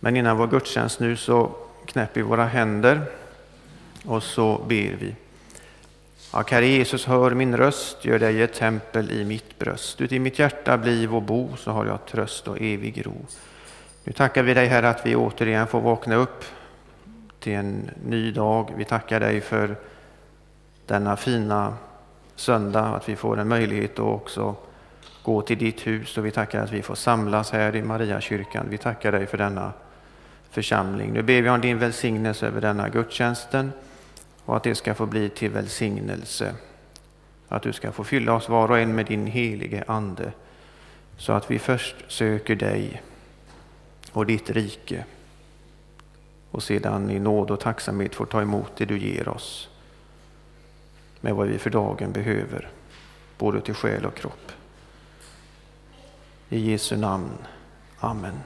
Men innan vår gudstjänst nu så knäpper vi våra händer och så ber vi. Ja, Herre Jesus, hör min röst, gör dig ett tempel i mitt bröst. Ut i mitt hjärta bliv och bo, så har jag tröst och evig ro. Nu tackar vi dig, Herre, att vi återigen får vakna upp till en ny dag. Vi tackar dig för denna fina söndag, att vi får en möjlighet att också gå till ditt hus, och vi tackar att vi får samlas här i Mariakyrkan. Vi tackar dig för denna församling. Nu ber vi om din välsignelse över denna gudstjänsten, och att det ska få bli till välsignelse. Att du ska få fylla oss var och en med din helige ande, så att vi först söker dig och ditt rike, och sedan i nåd och tacksamhet får ta emot det du ger oss med vad vi för dagen behöver, både till själ och kropp. I Jesu namn. Amen.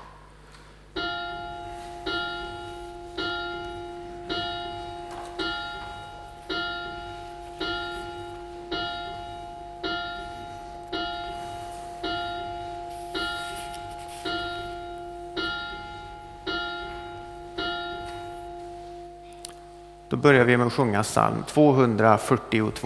Då börjar vi med att sjunga psalm 242.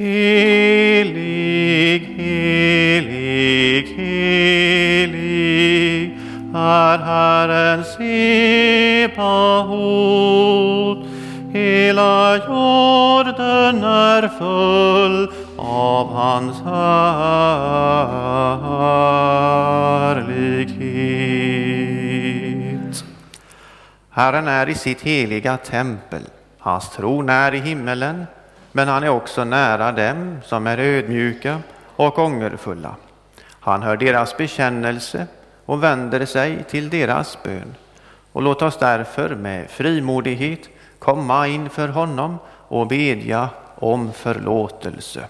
Helig, helig, helig är Herren Sebaot. Hela jorden är full av hans härlighet. Herren är i sitt heliga tempel. Hans tron är i himmelen, men han är också nära dem som är ödmjuka och ångerfulla. Han hör deras bekännelse och vänder sig till deras bön. Och låt oss därför med frimodighet komma inför honom och bedja om förlåtelse.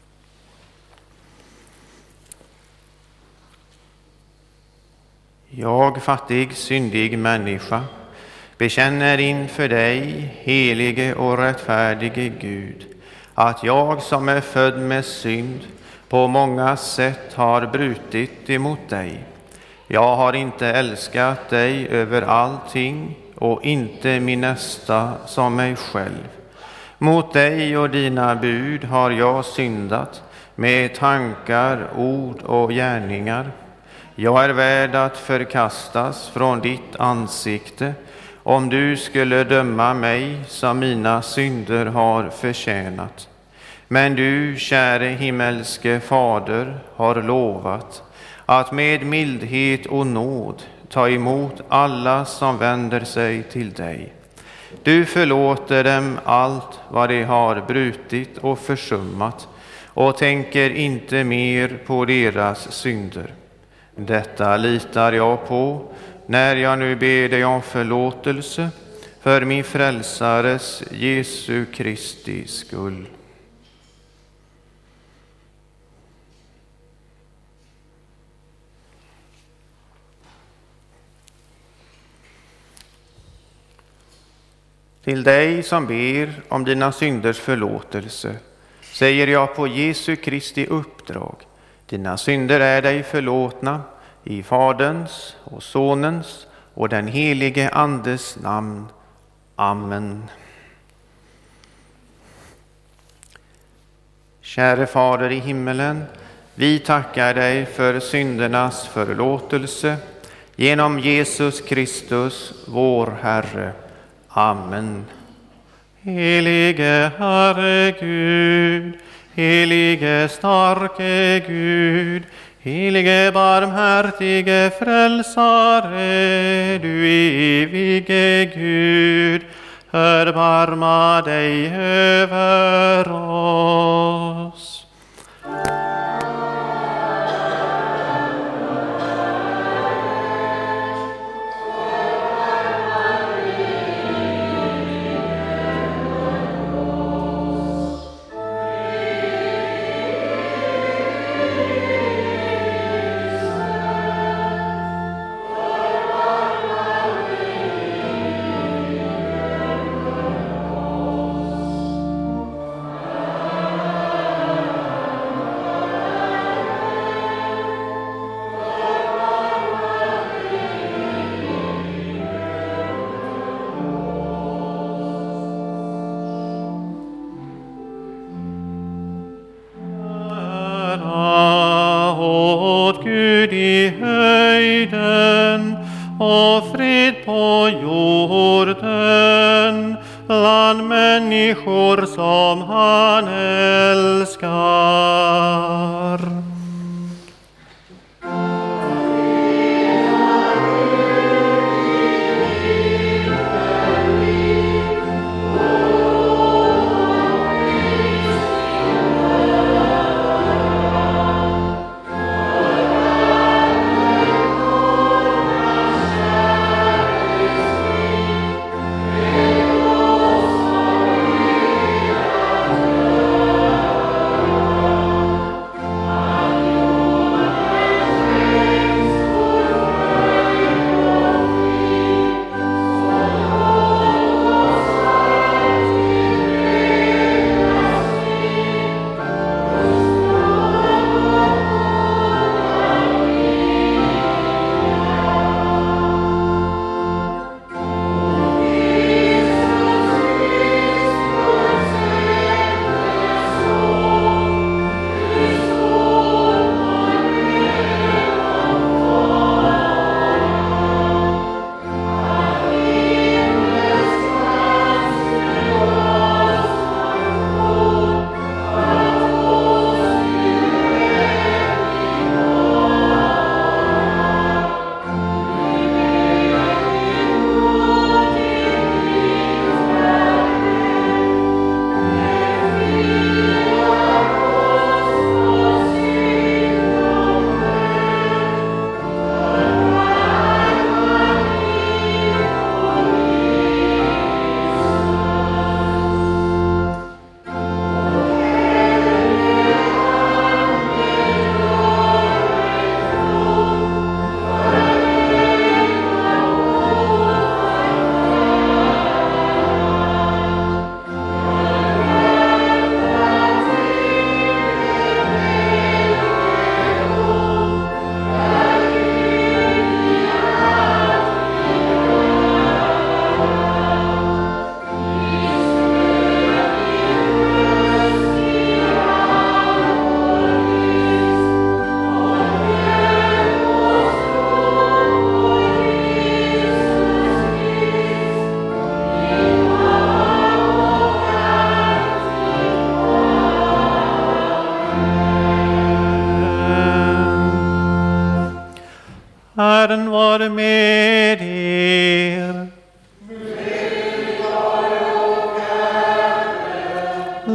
Jag, fattig, syndig människa, bekänner inför dig, helige och rättfärdige Gud, att jag som är född med synd på många sätt har brutit emot dig. Jag har inte älskat dig över allting och inte min nästa som mig själv. Mot dig och dina bud har jag syndat med tankar, ord och gärningar. Jag är värd att förkastas från ditt ansikte, om du skulle döma mig som mina synder har förtjänat. Men du, käre himmelske Fader, har lovat att med mildhet och nåd ta emot alla som vänder sig till dig. Du förlåter dem allt vad de har brutit och försummat och tänker inte mer på deras synder. Detta litar jag på när jag nu ber dig om förlåtelse för min frälsares Jesu Kristi skull. Till dig som ber om dina synders förlåtelse säger jag på Jesu Kristi uppdrag: dina synder är dig förlåtna i Faderns och Sonens och den helige Andes namn. Amen. Käre Fader i himmelen, vi tackar dig för syndernas förlåtelse genom Jesus Kristus, vår Herre. Amen. Helige Herre Gud, helige starke Gud, helige barmhärtige frälsare, du evige Gud, förbarma dig över oss. Gud i höjden och fred på jorden bland människor som han älskar.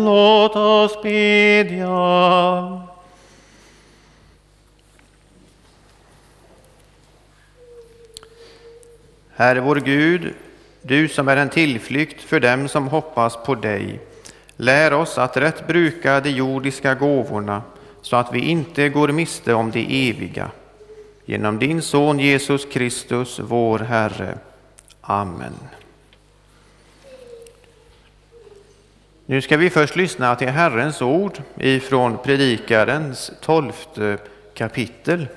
Låt oss bedja. Herre vår Gud, du som är en tillflykt för dem som hoppas på dig, lär oss att rätt bruka de jordiska gåvorna så att vi inte går miste om det eviga. Genom din son Jesus Kristus, vår Herre. Amen. Nu ska vi först lyssna till Herrens ord ifrån Predikarens 12:e kapitel.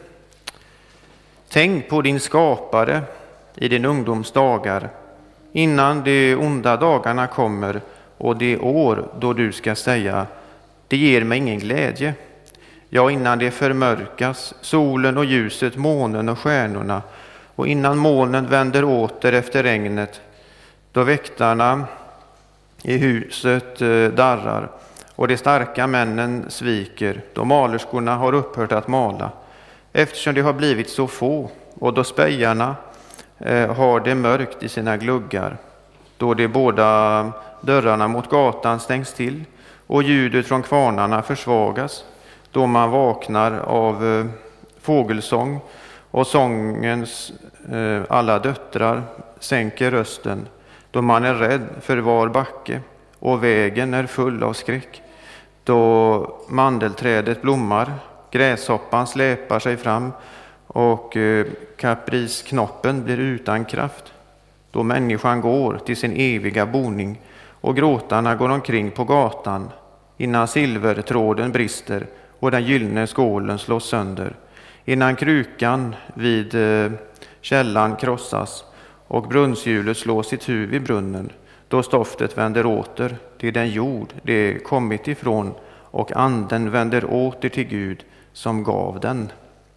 Tänk på din skapare i din ungdoms dagar, innan de onda dagarna kommer och det år då du ska säga, det ger mig ingen glädje. Ja, innan det förmörkas, solen och ljuset, månen och stjärnorna, och innan molnen vänder åter efter regnet, då väktarna i huset darrar och de starka männen sviker, då malerskorna har upphört att mala, eftersom de har blivit så få, och då spejarna har det mörkt i sina gluggar, då de båda dörrarna mot gatan stängs till och ljudet från kvarnarna försvagas, då man vaknar av fågelsång och sångens alla döttrar sänker rösten, då man är rädd för var backe och vägen är full av skräck, då mandelträdet blommar, gräshoppan släpar sig fram och kaprisknoppen blir utan kraft, då människan går till sin eviga boning och gråtarna går omkring på gatan, innan silvertråden brister och den gyllene skålen slås sönder, innan krukan vid källan krossas och brunnshjulet slår sitt huvud i brunnen, då stoftet vänder åter till den jord det kommit ifrån och anden vänder åter till Gud som gav den.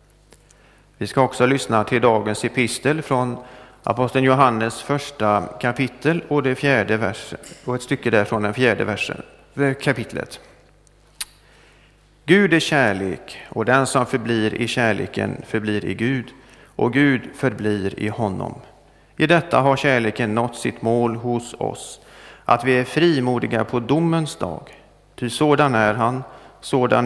Vi ska också lyssna till dagens epistel från aposteln Johannes första kapitel och det 4:e versen, och ett stycke där från den 4:e versen, kapitlet. Gud är kärlek, och den som förblir i kärleken förblir i Gud, och Gud förblir i honom. I detta har kärleken nått sitt mål hos oss, att vi är frimodiga på domens dag. Ty sådan är han, sådana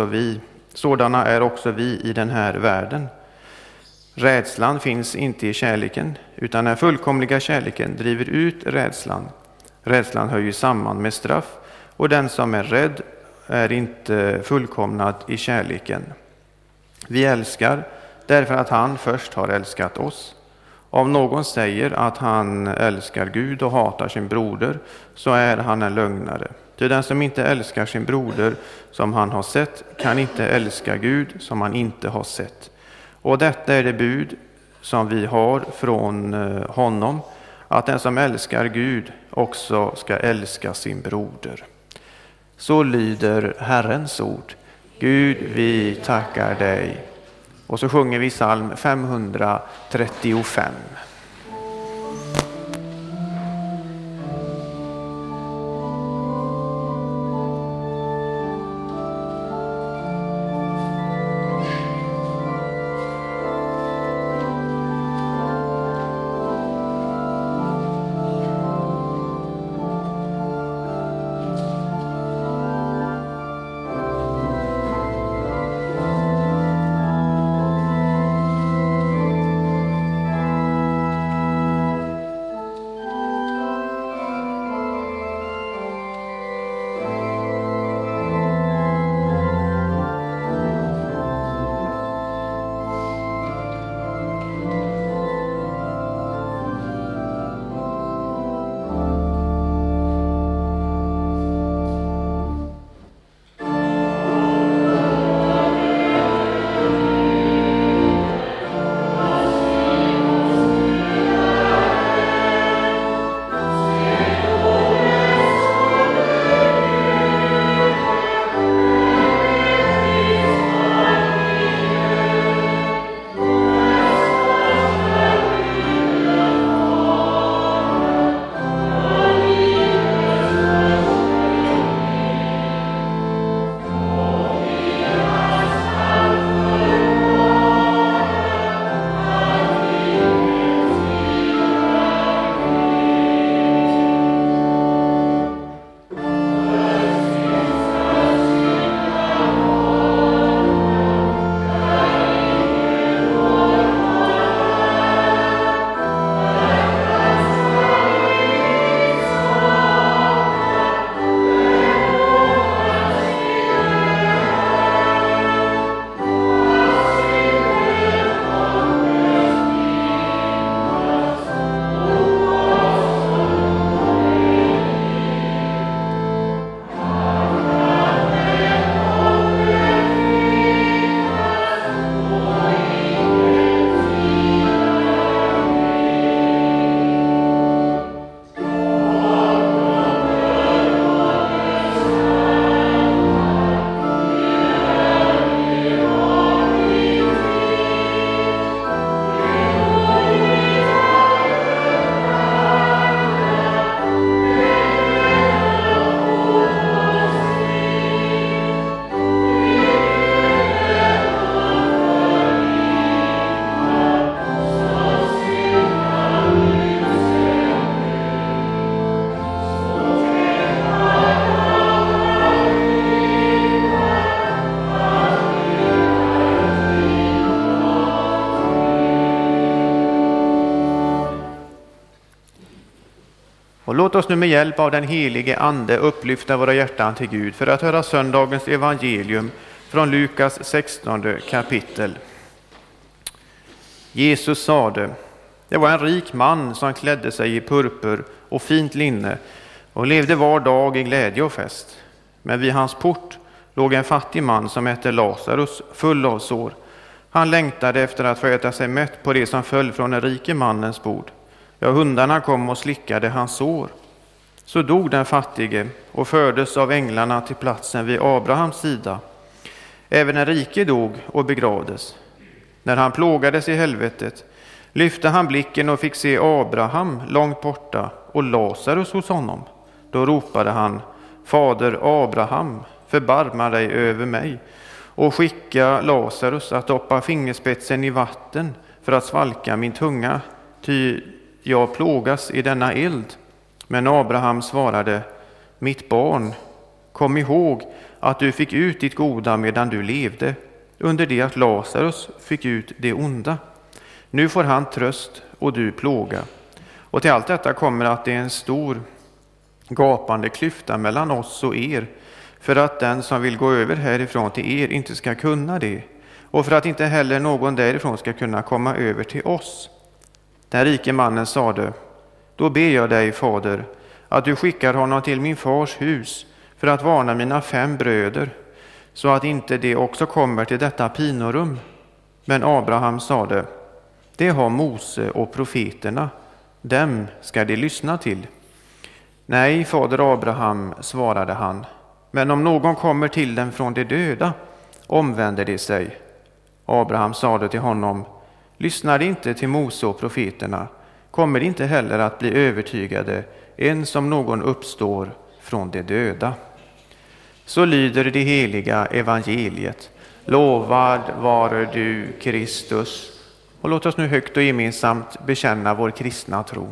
är också vi i den här världen. Rädslan finns inte i kärleken, utan den fullkomliga kärleken driver ut rädslan. Rädslan hör ju samman med straff, och den som är rädd är inte fullkomnad i kärleken. Vi älskar därför att han först har älskat oss. Om någon säger att han älskar Gud och hatar sin broder, så är han en lögnare. Ty den som inte älskar sin broder som han har sett kan inte älska Gud som han inte har sett. Och detta är det bud som vi har från honom, att den som älskar Gud också ska älska sin broder. Så lyder Herrens ord. Gud, vi tackar dig. Och så sjunger vi psalm 535. låt oss nu med hjälp av den helige Ande upplyfta våra hjärtan till Gud för att höra söndagens evangelium från Lukas 16 kapitel. Jesus sade: det var en rik man som klädde sig i purpur och fint linne och levde var dag i glädje och fest. Men vid hans port låg en fattig man som hette Lazarus, full av sår. Han längtade efter att få äta sig mätt på det som föll från den rike mannens bord. Ja, hundarna kom och slickade hans sår. Så dog den fattige och fördes av änglarna till platsen vid Abrahams sida. Även den rike dog och begravdes. När han plågades i helvetet lyfte han blicken och fick se Abraham långt borta och Lazarus hos honom. Då ropade han: Fader Abraham, förbarma dig över mig och skicka Lazarus att doppa fingerspetsen i vatten för att svalka min tunga, ty jag plågas i denna eld. Men Abraham svarade: mitt barn, kom ihåg att du fick ut ditt goda medan du levde, under det att Lazarus fick ut det onda. Nu får han tröst och du plåga. Och till allt detta kommer att det är en stor gapande klyfta mellan oss och er, för att den som vill gå över härifrån till er inte ska kunna det, och för att inte heller någon därifrån ska kunna komma över till oss. Den rike mannen sade: då ber jag dig, fader, att du skickar honom till min fars hus för att varna mina 5 bröder, så att inte de också kommer till detta pinorum. Men Abraham sade: det har Mose och profeterna, dem ska de lyssna till. Nej, fader Abraham, svarade han, men om någon kommer till dem från de döda, omvänder de sig. Abraham sade till honom: lyssnar de inte till Mose och profeterna, kommer de inte heller att bli övertygade ens om någon uppstår från de döda. Så lyder det heliga evangeliet. Lovad vare du, Kristus. Och låt oss nu högt och gemensamt bekänna vår kristna tro.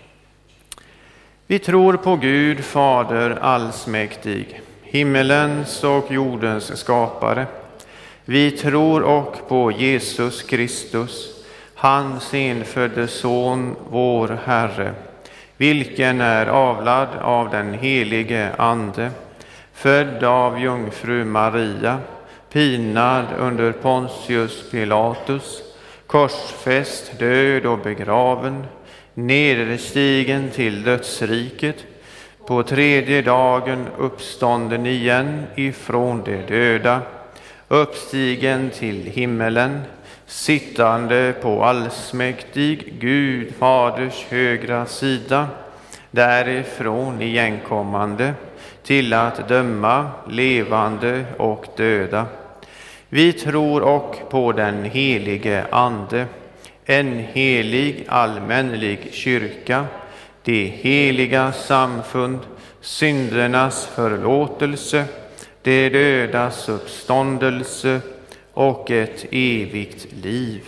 Vi tror på Gud, Fader allsmäktig, himmelens och jordens skapare. Vi tror och på Jesus Kristus, hans enfödde son, vår Herre, vilken är avlad av den helige Ande, född av jungfru Maria, pinad under Pontius Pilatus, korsfäst, död och begraven, nederstigen till dödsriket, på 3:e dagen uppstånden igen ifrån de döda, uppstigen till himmelen, sittande på allsmäktig Gud Faders högra sida, därifrån igenkommande till att döma levande och döda. Vi tror och på den helige Ande, en helig allmänlig kyrka, det heliga samfund, syndernas förlåtelse, det dödas uppståndelse och ett evigt liv.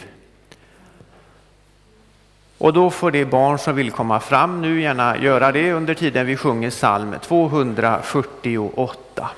Och då får de barn som vill komma fram nu gärna göra det under tiden vi sjunger psalm 248.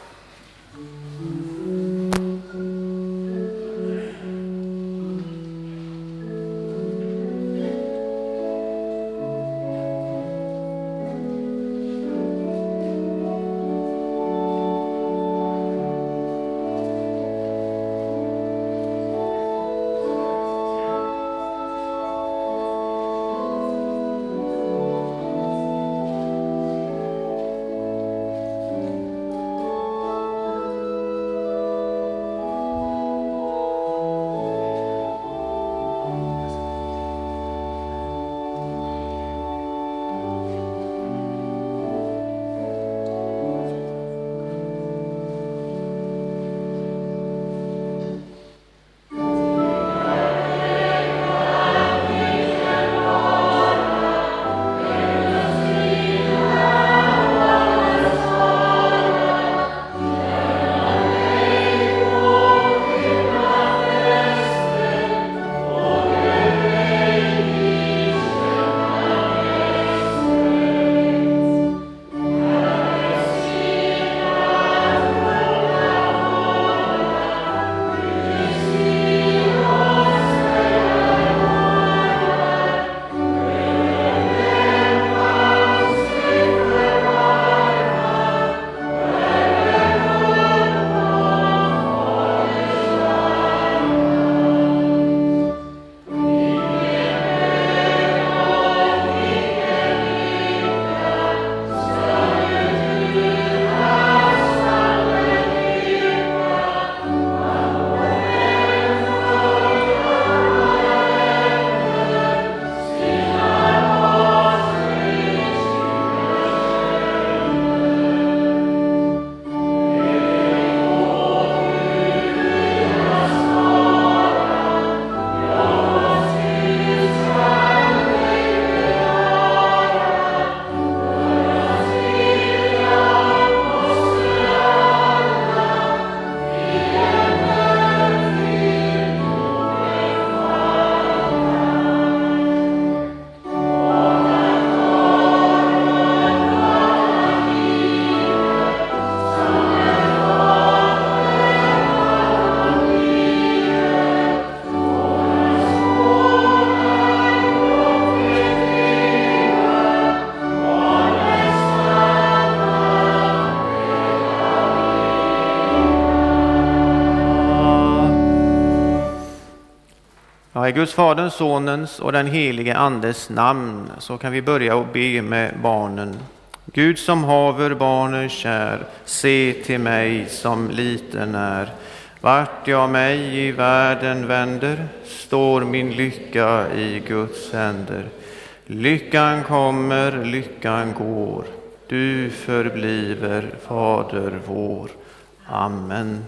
Guds, Faderns, Sonens och den helige Andes namn så kan vi börja och be med barnen. Gud som haver barnen kär, se till mig som liten är. Vart jag mig i världen vänder, står min lycka i Guds händer. Lyckan kommer, lyckan går, du förbliver Fader vår. Amen.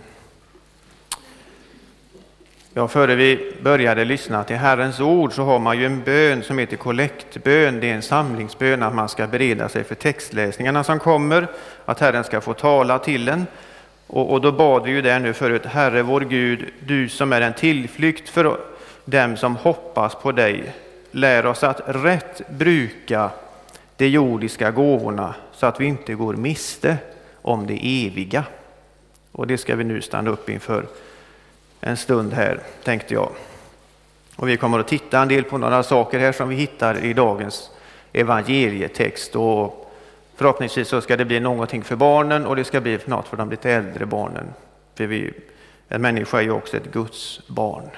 Ja, före vi började lyssna till Herrens ord så har man ju en bön som heter kollektbön. Det är en samlingsbön att man ska bereda sig för textläsningarna som kommer, att Herren ska få tala till en. Och då bad vi ju där nu förut: Herre vår Gud, du som är en tillflykt för dem som hoppas på dig, lär oss att rätt bruka de jordiska gåvorna så att vi inte går miste om det eviga. Och det ska vi nu stanna upp inför en stund här, tänkte jag. Och vi kommer att titta en del på några saker här som vi hittar i dagens evangelietext. Och förhoppningsvis så ska det bli någonting för barnen och det ska bli något för de lite äldre barnen. För en människa är ju också ett Guds barn.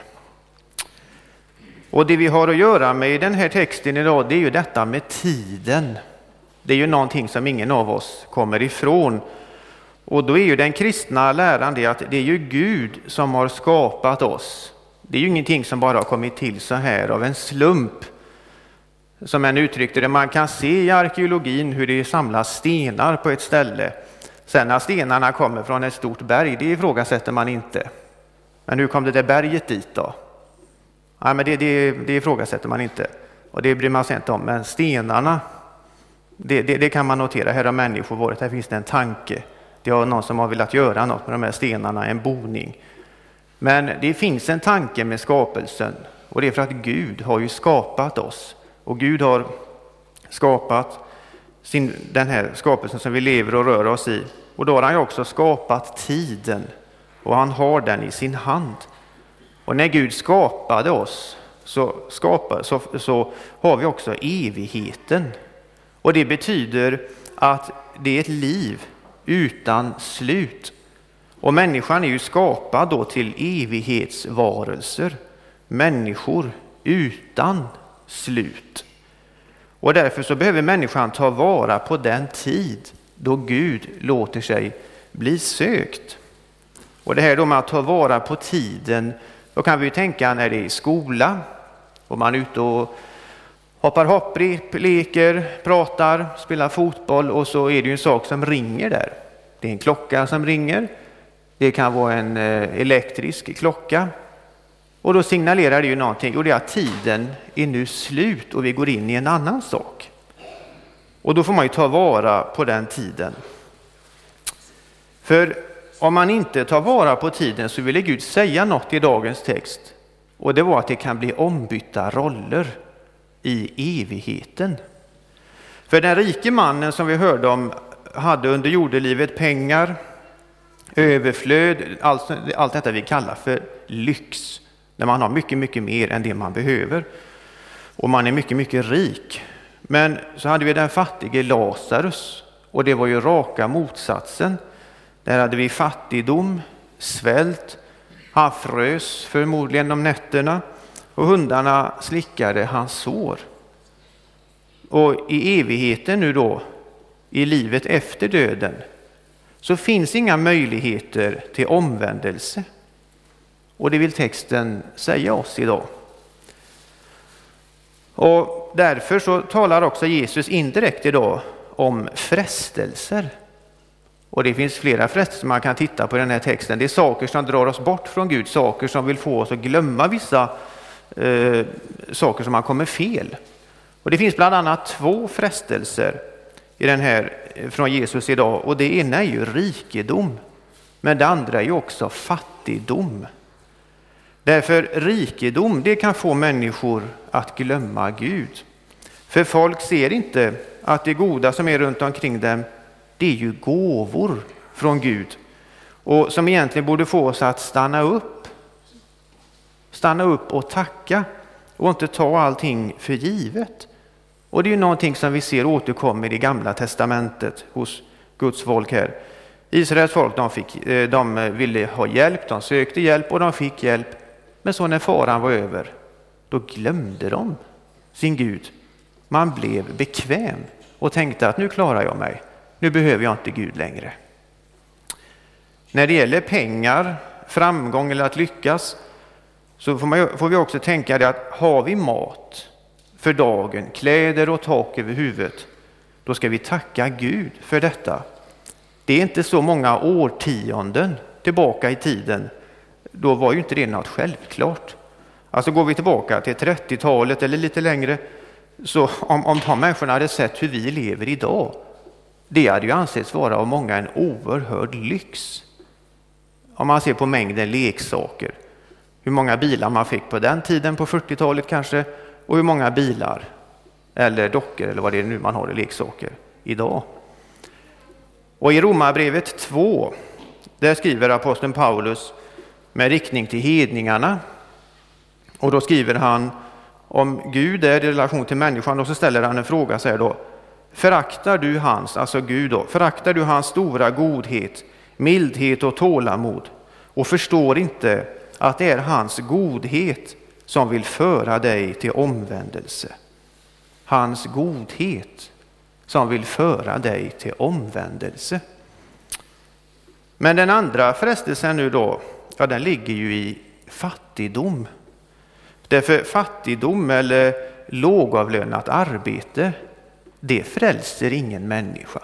Och det vi har att göra med i den här texten idag, det är ju detta med tiden. Det är ju någonting som ingen av oss kommer ifrån. Och då är ju den kristna läran det att det är ju Gud som har skapat oss. Det är ju ingenting som bara har kommit till så här av en slump. Som en uttryckte det, man kan se i arkeologin hur det samlas stenar på ett ställe. Sen när stenarna kommer från ett stort berg, det ifrågasätter man inte. Men hur kom det där berget dit då? Nej, men det ifrågasätter man inte. Och det bryr man sig inte om. Men stenarna, det kan man notera. Här har människor varit, här finns det en tanke. Det har någon som har velat göra något med de här stenarna, en boning. Men det finns en tanke med skapelsen. Och det är för att Gud har ju skapat oss. Och Gud har skapat den här skapelsen som vi lever och rör oss i. Och då har han ju också skapat tiden. Och han har den i sin hand. Och när Gud skapade oss så har vi också evigheten. Och det betyder att det är ett liv utan slut. Och människan är ju skapad då till evighetsvarelser. Människor utan slut. Och därför så behöver människan ta vara på den tid då Gud låter sig bli sökt. Och det här då med att ta vara på tiden, då kan vi ju tänka när det är i skola och man är ute och hoppar hopprep, leker, pratar, spelar fotboll och så är det ju en sak som ringer där. Det är en klocka som ringer. Det kan vara en elektrisk klocka. Och då signalerar det ju någonting. Och det är att tiden är nu slut och vi går in i en annan sak. Och då får man ju ta vara på den tiden. För om man inte tar vara på tiden så ville Gud säga något i dagens text. Och det var att det kan bli ombytta roller i evigheten. För den rike mannen som vi hörde om hade under jordelivet pengar, överflöd, allt detta vi kallar för lyx. När man har mycket, mycket mer än det man behöver. Och man är mycket, mycket rik. Men så hade vi den fattige Lazarus. Och det var ju raka motsatsen. Där hade vi fattigdom, svält. Han frös förmodligen om nätterna. Och hundarna slickade hans sår. Och i evigheten nu då, i livet efter döden, så finns inga möjligheter till omvändelse. Och det vill texten säga oss idag. Och därför så talar också Jesus indirekt idag om frestelser. Och det finns flera frestelser man kan titta på i den här texten. Det är saker som drar oss bort från Gud, saker som vill få oss att glömma vissa saker som man kommer fel. Och det finns bland annat 2 frestelser i den här från Jesus idag. Och det ena är ju rikedom, men det andra är ju också fattigdom. Därför rikedom, det kan få människor att glömma Gud. För folk ser inte att det goda som är runt omkring dem, det är ju gåvor från Gud. Och som egentligen borde få oss att stanna upp och tacka och inte ta allting för givet. Och det är ju någonting som vi ser återkommer i Gamla testamentet hos Guds folk här. Israels folk, de ville ha hjälp, de sökte hjälp och de fick hjälp. Men så när faran var över, då glömde de sin Gud. Man blev bekväm och tänkte att nu klarar jag mig. Nu behöver jag inte Gud längre. När det gäller pengar, framgång eller att lyckas, så får vi också tänka det att har vi mat för dagen, kläder och tak över huvudet, då ska vi tacka Gud för detta. Det är inte så många årtionden tillbaka i tiden, då var ju inte det något självklart. Alltså går vi tillbaka till 30-talet eller lite längre, så om de människorna hade sett hur vi lever idag, det hade ju ansetts vara av många en oerhörd lyx. Om man ser på mängden leksaker, hur många bilar man fick på den tiden på 40-talet kanske, och hur många bilar eller dockor eller vad det är nu man har i leksaker idag. Och i Romarbrevet 2, där skriver aposteln Paulus med riktning till hedningarna, och då skriver han om Gud är i relation till människan, och så ställer han en fråga så här då: föraktar du hans, alltså Gud då, föraktar du hans stora godhet, mildhet och tålamod, och förstår inte att det är hans godhet som vill föra dig till omvändelse? Hans godhet som vill föra dig till omvändelse. Men den andra frestelsen nu då, ja, den ligger ju i fattigdom. Därför fattigdom eller lågavlönat arbete, det frälser ingen människa.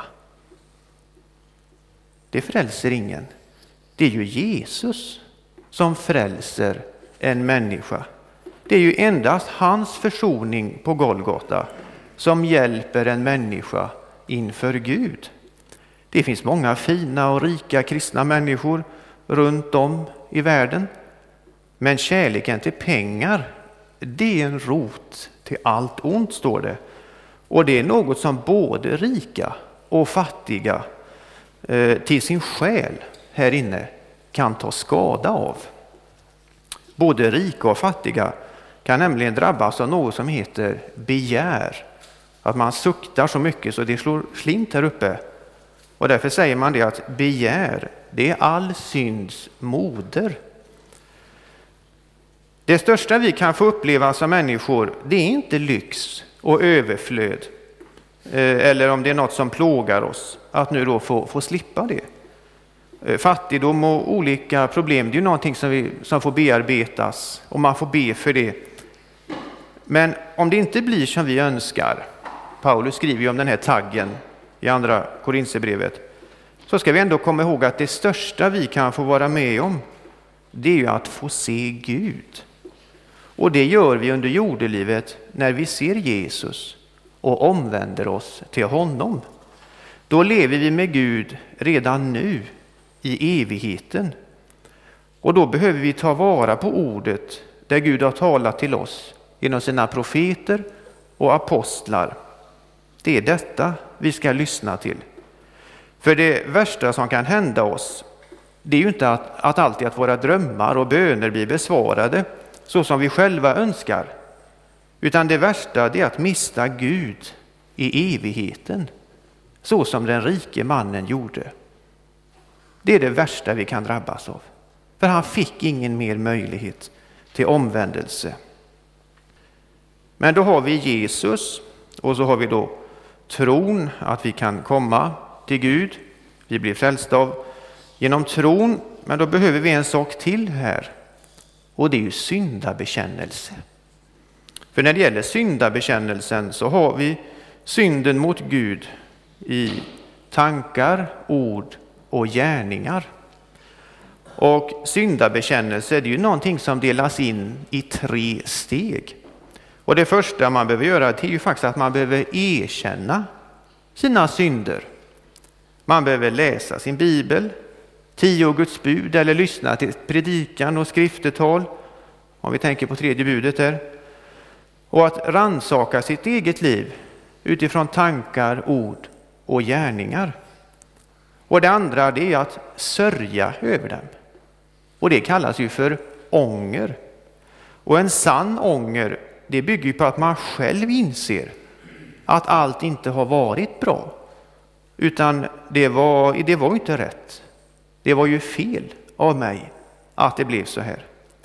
Det frälser ingen. Det är ju Jesus som frälser en människa. Det är ju endast hans försoning på Golgata som hjälper en människa inför Gud. Det finns många fina och rika kristna människor runt om i världen. Men kärleken till pengar, det är en rot till allt ont, står det. Och det är något som både rika och fattiga till sin själ här inne kan ta skada av. Både rika och fattiga kan nämligen drabbas av något som heter begär. Att man suktar så mycket så det slår slint här uppe. Och därför säger man det att begär, det är all synds moder. Det största vi kan få uppleva som människor, det är inte lyx och överflöd. Eller om det är något som plågar oss, att nu då få slippa det. Fattigdom och olika problem, det är ju någonting som får bearbetas och man får be för det. Men om det inte blir som vi önskar, Paulus skriver ju om den här taggen i andra Korinthierbrevet, så ska vi ändå komma ihåg att det största vi kan få vara med om, det är ju att få se Gud. Och det gör vi under jordelivet när vi ser Jesus och omvänder oss till honom. Då lever vi med Gud redan nu i evigheten. Och då behöver vi ta vara på ordet där Gud har talat till oss genom sina profeter och apostlar. Det är detta vi ska lyssna till. För det värsta som kan hända oss, det är ju inte att alltid att våra drömmar och böner blir besvarade så som vi själva önskar. Utan det värsta, det är att mista Gud i evigheten, så som den rike mannen gjorde. Det är det värsta vi kan drabbas av. För han fick ingen mer möjlighet till omvändelse. Men då har vi Jesus, och så har vi då tron, att vi kan komma till Gud. Vi blir frälsta av genom tron, men då behöver vi en sak till här. Och det är ju syndabekännelse. För när det gäller syndabekännelsen så har vi synden mot Gud i tankar, ord och gärningar. Och syndabekännelse, det är ju någonting som delas in i 3 steg. Och det första man behöver göra, det är ju faktiskt att man behöver erkänna sina synder. Man behöver läsa sin bibel, 10 Guds bud, eller lyssna till predikan och skriftetal, om vi tänker på 3:e budet där. Och att rannsaka sitt eget liv utifrån tankar, ord och gärningar. Och det andra, det är att sörja över dem. Och det kallas ju för ånger. Och en sann ånger, det bygger på att man själv inser att allt inte har varit bra. Utan det var inte rätt. Det var ju fel av mig att det blev så här.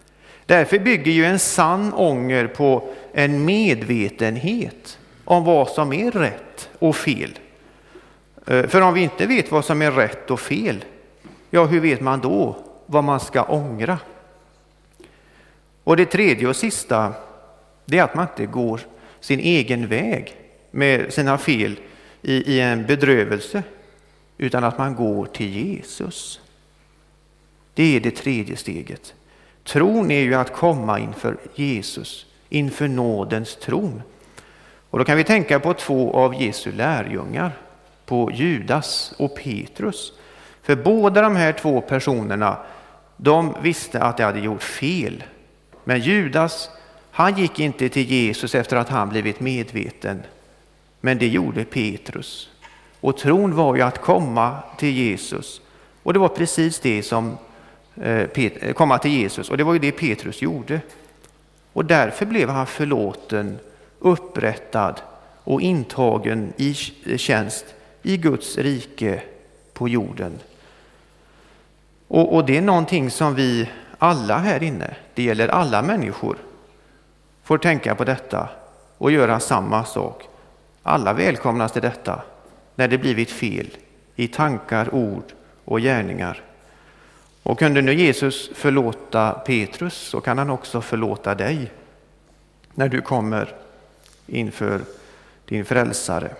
Därför bygger ju en sann ånger på en medvetenhet om vad som är rätt och fel. För om vi inte vet vad som är rätt och fel, ja, hur vet man då vad man ska ångra? Och det tredje och sista, det är att man inte går sin egen väg med sina fel i en bedrövelse, utan att man går till Jesus. Det är det tredje steget. Tron är ju att komma inför Jesus, inför nådens tron. Och då kan vi tänka på två av Jesu lärjungar, på Judas och Petrus. För båda de här två personerna, de visste att de hade gjort fel. Men Judas, han gick inte till Jesus efter att han blivit medveten. Men det gjorde Petrus. Och tron var ju att komma till Jesus. Och det var precis det som komma till Jesus. Och det var ju det Petrus gjorde. Och därför blev han förlåten, upprättad och intagen i tjänst i Guds rike på jorden. Och det är någonting som vi alla här inne, det gäller alla människor, får tänka på detta och göra samma sak. Alla välkomnas till detta när det blivit fel i tankar, ord och gärningar. Och kunde nu Jesus förlåta Petrus, så kan han också förlåta dig när du kommer inför din frälsare.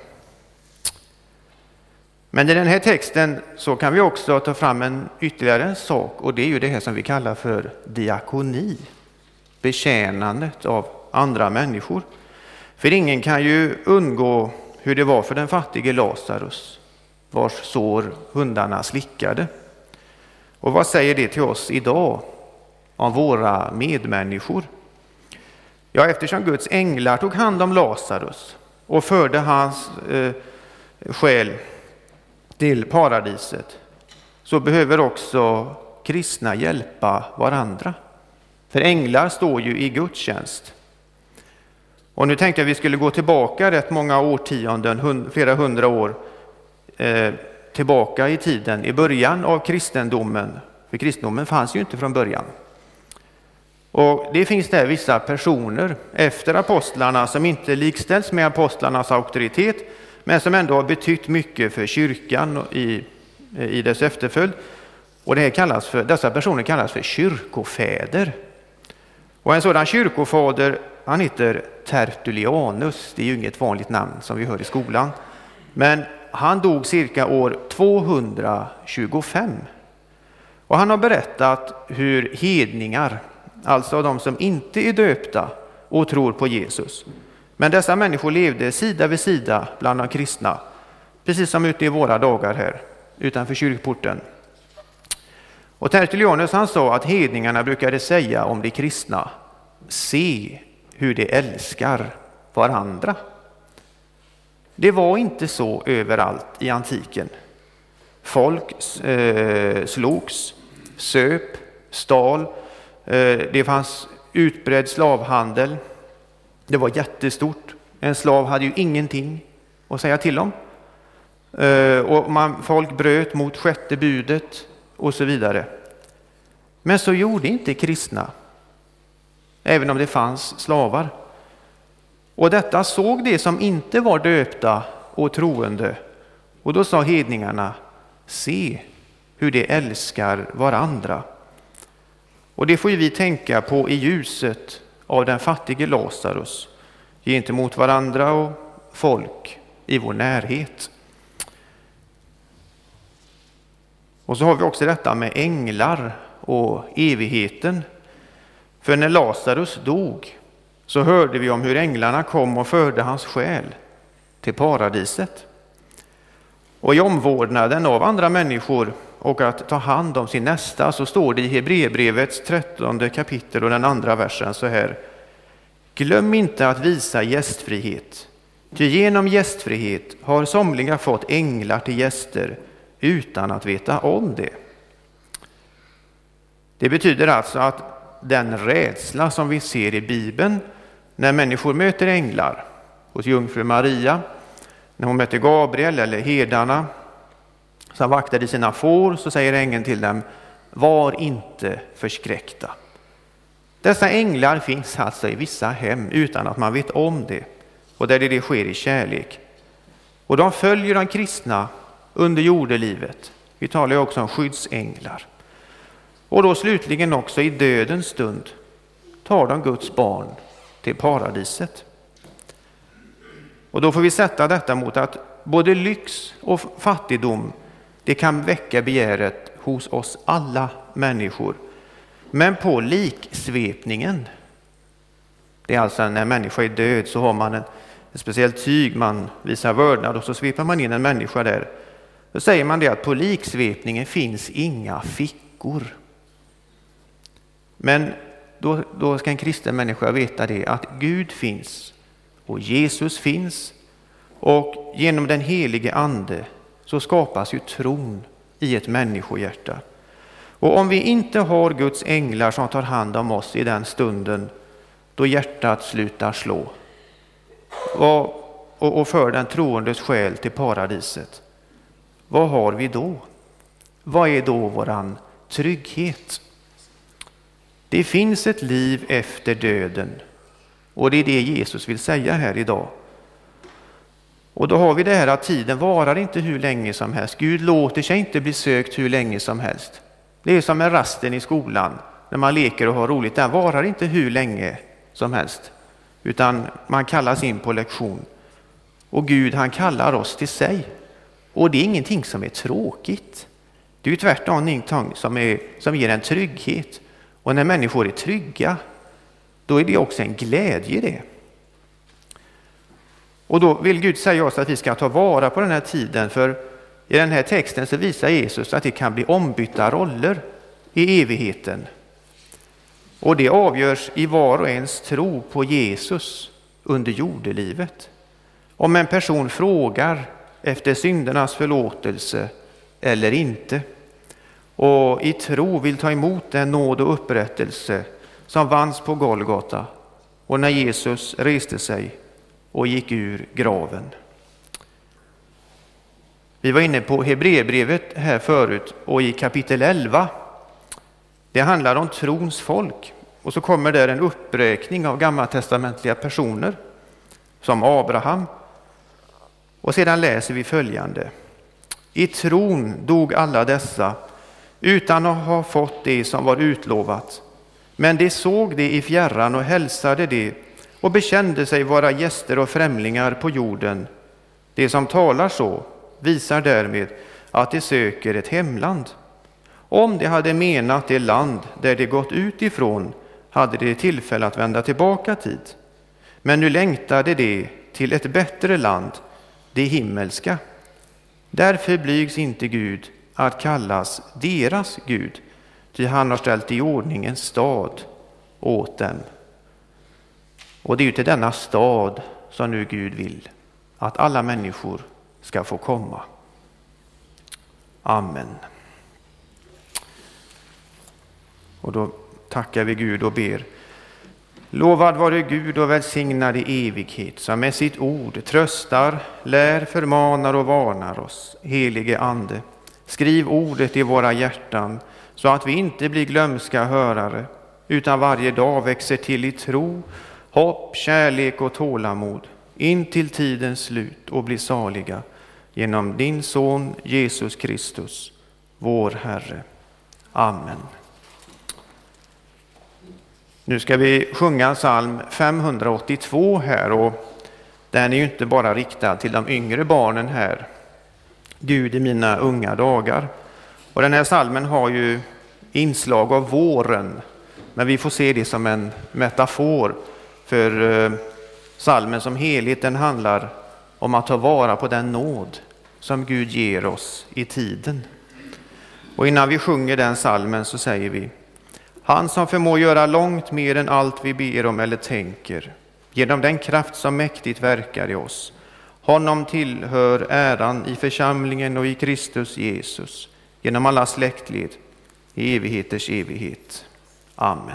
Men i den här texten så kan vi också ta fram ytterligare en sak, och det är ju det här som vi kallar för diakoni, betjänandet av andra människor. För ingen kan ju undgå hur det var för den fattige Lazarus, vars sår hundarna slickade. Och vad säger det till oss idag om våra medmänniskor? Ja, eftersom Guds änglar tog hand om Lazarus och förde hans själ till paradiset, så behöver också kristna hjälpa varandra. För änglar står ju i Guds tjänst. Och nu tänkte jag att vi skulle gå tillbaka rätt många årtionden, flera hundra år tillbaka i tiden, i början av kristendomen. För kristendomen fanns ju inte från början. Och det finns där vissa personer efter apostlarna som inte likställs med apostlarnas auktoritet, men som ändå har betytt mycket för kyrkan i dess efterföljd. Och dessa personer kallas för kyrkofäder. Och en sådan kyrkofader, han heter Tertullianus. Det är ju inget vanligt namn som vi hör i skolan. Men han dog cirka år 225. Och han har berättat hur hedningar, alltså de som inte är döpta och tror på Jesus, men dessa människor levde sida vid sida bland de kristna, precis som ute i våra dagar här utanför kyrkporten. Och Tertullianus, han sa att hedningarna brukade säga om de kristna: se hur de älskar varandra. Det var inte så överallt i antiken. Folk slogs, söp, stal. Det fanns utbredd slavhandel. Det var jättestort. En slav hade ju ingenting att säga till om. Och folk bröt mot sjätte budet och så vidare. Men så gjorde inte kristna, även om det fanns slavar. Och detta såg det som inte var döpta och troende. Och då sa hedningarna: se hur de älskar varandra. Och det får ju vi tänka på i ljuset av den fattige Lazarus gentemot varandra och folk i vår närhet. Och så har vi också detta med änglar och evigheten. För när Lazarus dog så hörde vi om hur änglarna kom och förde hans själ till paradiset. Och i omvårdnaden av andra människor och att ta hand om sin nästa, så står det i Hebreerbrevets 13:e kapitel och den 2:a versen så här: glöm inte att visa gästfrihet, ty genom gästfrihet har somliga fått änglar till gäster utan att veta om det. Det betyder alltså att den rädsla som vi ser i Bibeln när människor möter änglar, hos jungfru Maria, när hon möter Gabriel eller herdarna som vaktade sina får, så säger ängeln till dem: var inte förskräckta. Dessa änglar finns alltså i vissa hem utan att man vet om det, och där det sker i kärlek. Och de följer de kristna under jordelivet. Vi talar ju också om skyddsänglar. Och då slutligen också i dödens stund tar de Guds barn till paradiset. Och då får vi sätta detta mot att både lyx och fattigdom, det kan väcka begäret hos oss alla människor. Men på liksvepningen, det är alltså när människa är död så har man en speciell tyg, man visar vördnad och så sveper man in en människa där. Då säger man det att på liksvepningen finns inga fickor. Men då ska en kristen människa veta det att Gud finns och Jesus finns, och genom den helige ande så skapas ju tron i ett människohjärta. Och om vi inte har Guds änglar som tar hand om oss i den stunden då hjärtat slutar slå och för den troendes själ till paradiset, vad har vi då? Vad är då våran trygghet? Det finns ett liv efter döden, och det är det Jesus vill säga här idag. Och då har vi det här att tiden varar inte hur länge som helst. Gud låter sig inte bli sökt hur länge som helst. Det är som med rasten i skolan, när man leker och har roligt. Den varar inte hur länge som helst, utan man kallas in på lektion. Och Gud, han kallar oss till sig. Och det är ingenting som är tråkigt. Det är ju tvärtom någonting som ger en trygghet. Och när människor är trygga, då är det också en glädje i det. Och då vill Gud säga oss att vi ska ta vara på den här tiden, för i den här texten så visar Jesus att det kan bli ombytta roller i evigheten. Och det avgörs i var och ens tro på Jesus under jordelivet. Om en person frågar efter syndernas förlåtelse eller inte, och i tro vill ta emot den nåd och upprättelse som vanns på Golgata och när Jesus reste sig och gick ur graven. Vi var inne på Hebreerbrevet här förut, och i kapitel 11, det handlar om trons folk. Och så kommer där en uppräkning av gammaltestamentliga personer som Abraham. Och sedan läser vi följande: i tron dog alla dessa utan att ha fått det som var utlovat. Men de såg det i fjärran och hälsade det och bekände sig vara gäster och främlingar på jorden. Det som talar så visar därmed att de söker ett hemland. Om de hade menat det land där de gått ut ifrån, hade de tillfälle att vända tillbaka dit. Men nu längtade de till ett bättre land, det himmelska. Därför blygs inte Gud att kallas deras Gud, ty han har ställt i ordning en stad åt dem. Och det är ju till denna stad som nu Gud vill att alla människor ska få komma. Amen. Och då tackar vi Gud och ber: lovad vare Gud och välsignad i evighet, som med sitt ord tröstar, lär, förmanar och varnar oss. Helige Ande, skriv ordet i våra hjärtan, så att vi inte blir glömska hörare, utan varje dag växer till i tro, hopp, kärlek och tålamod, in till tidens slut och blir saliga genom din son Jesus Kristus, vår Herre. Amen. Nu ska vi sjunga psalm 582 här, och den är ju inte bara riktad till de yngre barnen här. Gud i mina unga dagar. Och den här psalmen har ju inslag av våren, men vi får se det som en metafor för psalmen som helhet. Den handlar om att ta vara på den nåd som Gud ger oss i tiden. Och innan vi sjunger den psalmen så säger vi: han som förmår göra långt mer än allt vi ber om eller tänker, genom den kraft som mäktigt verkar i oss. Honom tillhör äran i församlingen och i Kristus Jesus, genom alla släktled, i evigheters evighet. Amen.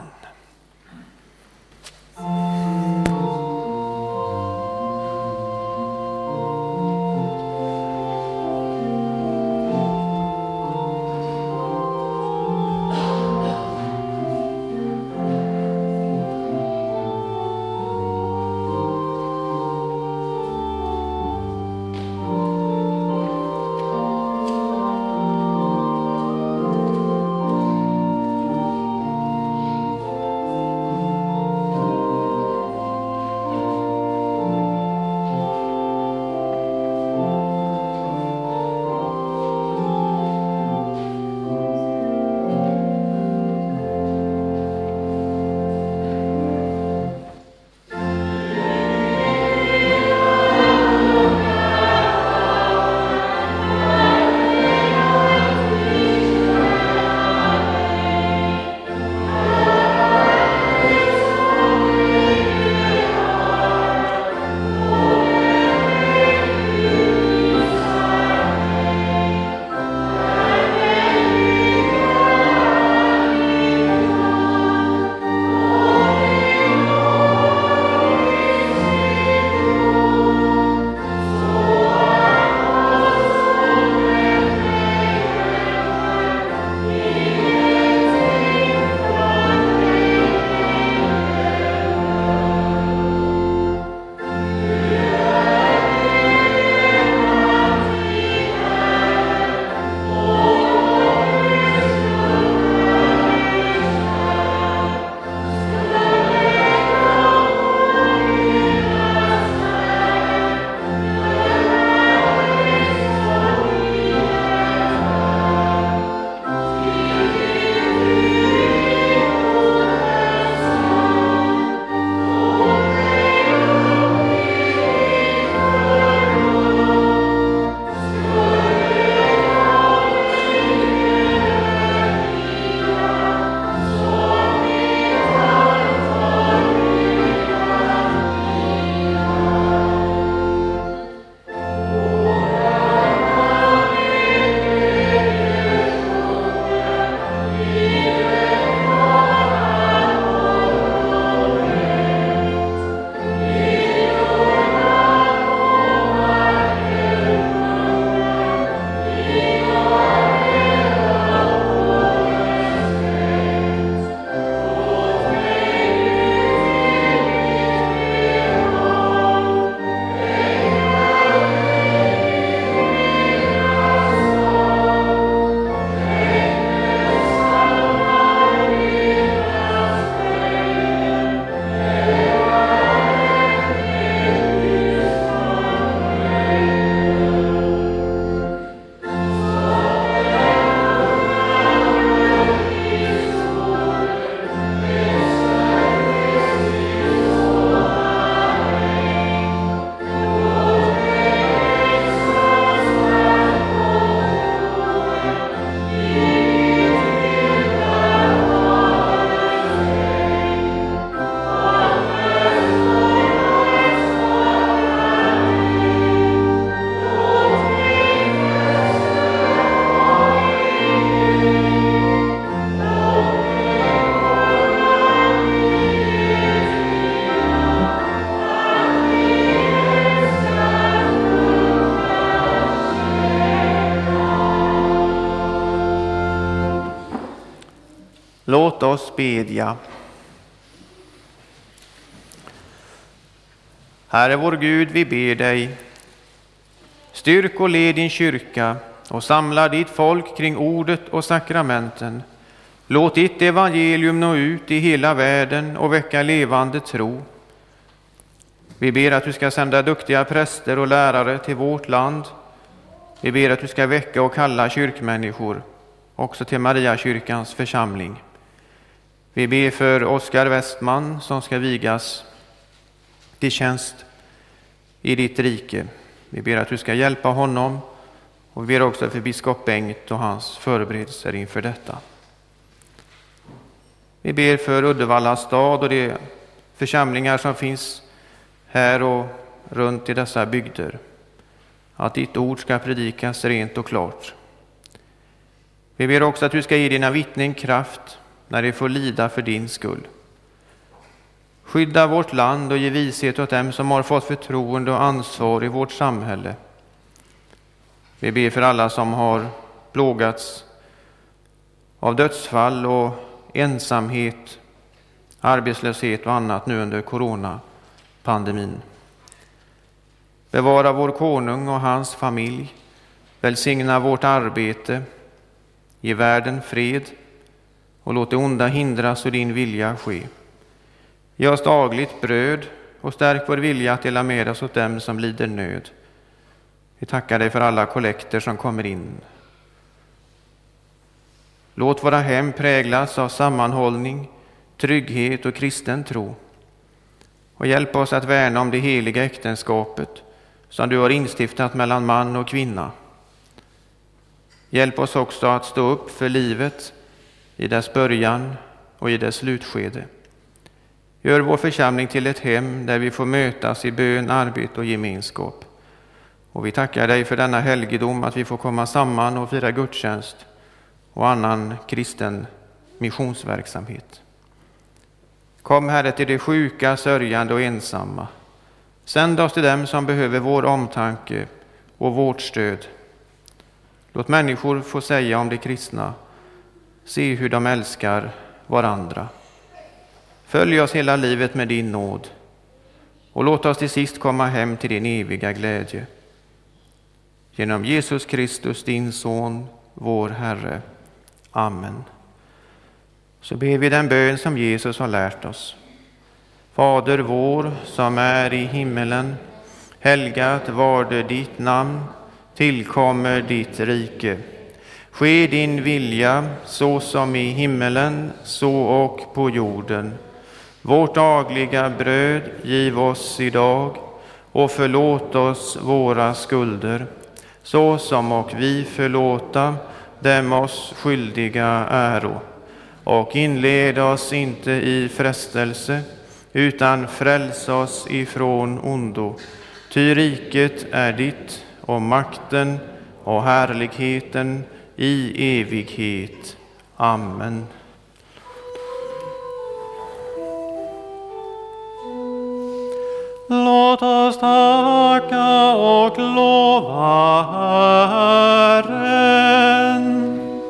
Låt oss bedja. Herre vår Gud, vi ber dig, styrk och led din kyrka och samla ditt folk kring ordet och sakramenten. Låt ditt evangelium nå ut i hela världen och väcka levande tro. Vi ber att du ska sända duktiga präster och lärare till vårt land. Vi ber att du ska väcka och kalla kyrkmänniskor också till Mariakyrkans församling. Vi ber för Oskar Westman som ska vigas till tjänst i ditt rike. Vi ber att du ska hjälpa honom, och vi ber också för biskop Bengt och hans förberedelser inför detta. Vi ber för Uddevalla stad och de församlingar som finns här och runt i dessa bygder, att ditt ord ska predikas rent och klart. Vi ber också att du ska ge dina vittnen kraft när de får lida för din skull. Skydda vårt land och ge vishet åt dem som har fått förtroende och ansvar i vårt samhälle. Vi ber för alla som har plågats av dödsfall och ensamhet, arbetslöshet och annat nu under coronapandemin. Bevara vår konung och hans familj, välsigna vårt arbete, ge världen fred och låt det onda hindras och din vilja ske. Ge oss dagligt bröd och stärk vår vilja att dela med oss åt dem som lider nöd. Vi tackar dig för alla kollekter som kommer in. Låt våra hem präglas av sammanhållning, trygghet och kristen tro. Och hjälp oss att värna om det heliga äktenskapet som du har instiftat mellan man och kvinna. Hjälp oss också att stå upp för livet i dess början och i dess slutskede. Gör vår församling till ett hem där vi får mötas i bön, arbete och gemenskap. Och vi tackar dig för denna helgedom, att vi får komma samman och fira gudstjänst och annan kristen missionsverksamhet. Kom, Herre, till de sjuka, sörjande och ensamma. Sänd oss till dem som behöver vår omtanke och vårt stöd. Låt människor få säga om de kristna: se hur de älskar varandra. Följ oss hela livet med din nåd och låt oss till sist komma hem till din eviga glädje. Genom Jesus Kristus, din son, vår Herre. Amen. Så ber vi den bön som Jesus har lärt oss. Fader vår som är i himmelen, helgat varde ditt namn, tillkommer ditt rike. Ske din vilja så som i himmelen, så och på jorden. Vårt dagliga bröd giv oss idag och förlåt oss våra skulder, så som och vi förlåta dem oss skyldiga äro. Och inled oss inte i frestelse, utan fräls oss ifrån ondo. Ty riket är ditt och makten och härligheten i evighet. Amen. Låt oss tacka och lova Herren.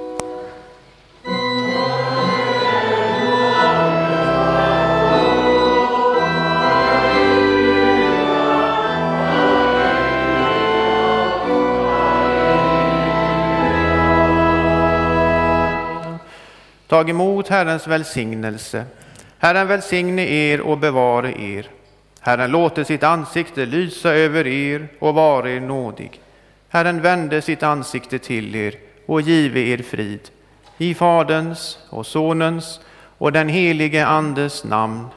Tag emot Herrens välsignelse. Herren välsigne er och bevare er. Herren låter sitt ansikte lysa över er och vara er nådig. Herren vände sitt ansikte till er och give er frid. I Faderns och Sonens och den helige Andes namn.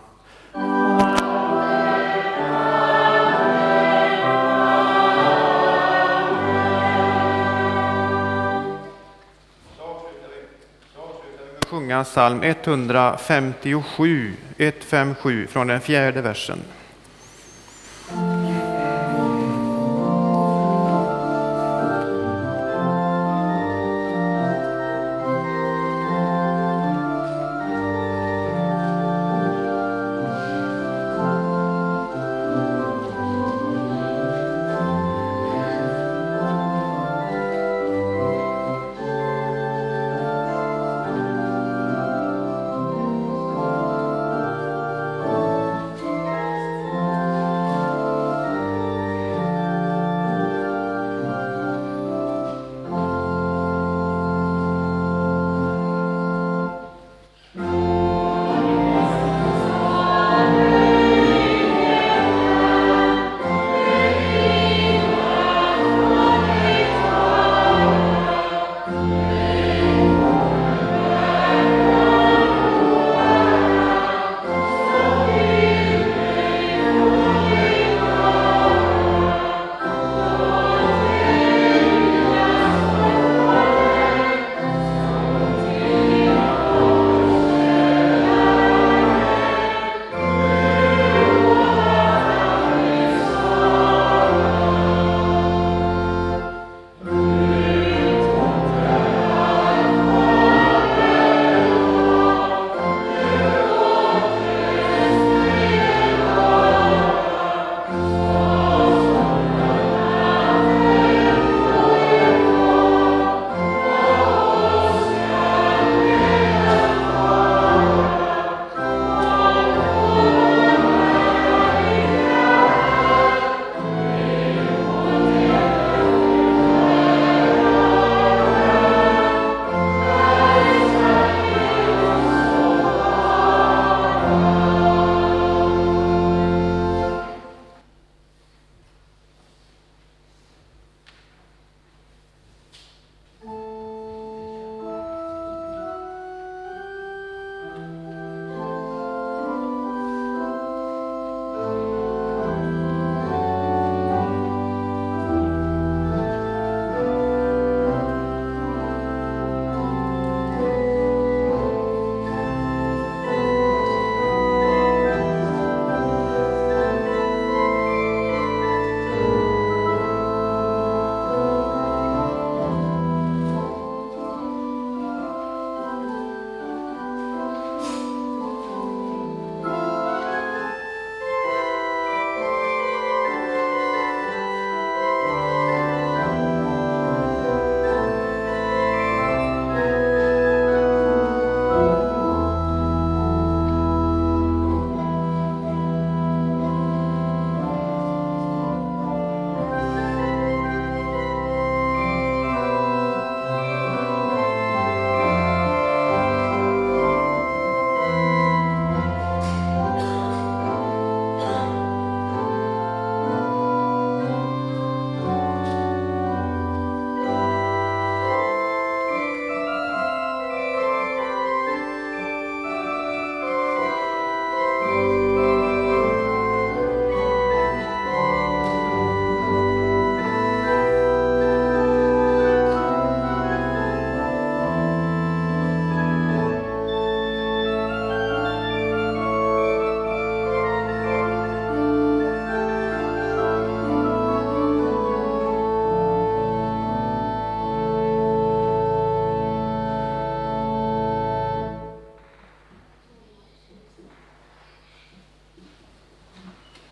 Sjunga psalm 157 från den 4:e versen.